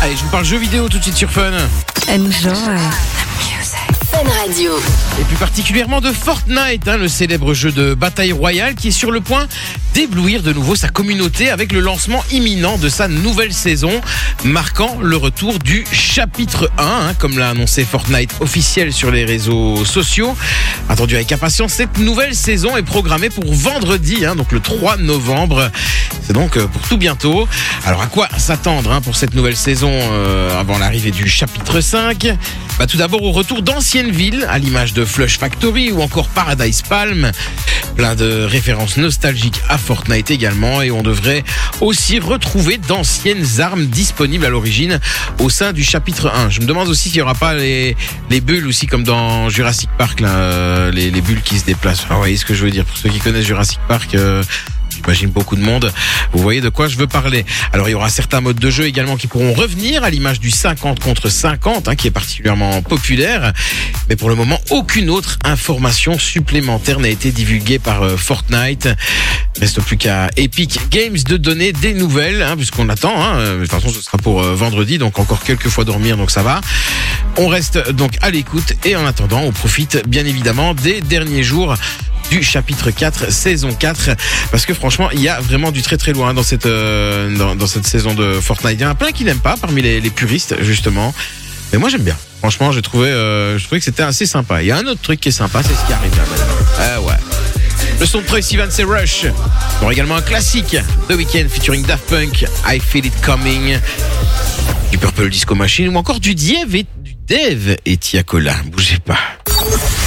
Allez, je vous parle jeux vidéo tout de suite sur Fun. Enjoy. Fun Radio. Et plus particulièrement de Fortnite, le célèbre jeu de bataille royale qui est sur le point d'éblouir de nouveau sa communauté avec le lancement imminent de sa nouvelle saison, marquant le retour du chapitre 1, comme l'a annoncé Fortnite officiel sur les réseaux sociaux. Attendu avec impatience, cette nouvelle saison est programmée pour vendredi, donc le 3 novembre. C'est donc pour tout bientôt. Alors à quoi s'attendre pour cette nouvelle saison avant l'arrivée du chapitre 5 ? Tout d'abord au retour d'anciennes villes, à l'image de Flush Factory ou encore Paradise Palm. Plein de références nostalgiques à Fortnite également. Et on devrait aussi retrouver d'anciennes armes disponibles à l'origine au sein du chapitre 1. Je me demande aussi s'il n'y aura pas les bulles aussi comme dans Jurassic Park, les bulles qui se déplacent. Vous voyez ce que je veux dire. Pour ceux qui connaissent Jurassic Park... j'imagine beaucoup de monde. Vous voyez de quoi je veux parler. Alors, il y aura certains modes de jeu également qui pourront revenir à l'image du 50 contre 50, qui est particulièrement populaire. Mais pour le moment, aucune autre information supplémentaire n'a été divulguée par Fortnite. Il reste plus qu'à Epic Games de donner des nouvelles, puisqu'on attend. De toute façon, ce sera pour vendredi, donc encore quelques fois dormir, donc ça va. On reste donc à l'écoute et en attendant, on profite bien évidemment des derniers jours du chapitre 4, saison 4, parce que franchement, il y a vraiment du très très loin dans cette saison de Fortnite. Il y en a plein qui n'aiment pas, parmi les puristes, justement. Mais moi, j'aime bien. Franchement, je trouvais que c'était assez sympa. Il y a un autre truc qui est sympa, c'est ce qui arrive là maintenant. Ouais. Le son de Troye Sivan, c'est Rush. Il y aura également un classique, The Weeknd featuring Daft Punk, I Feel It Coming, du Purple Disco Machine, ou encore du Dave et Tiakola. Bougez pas.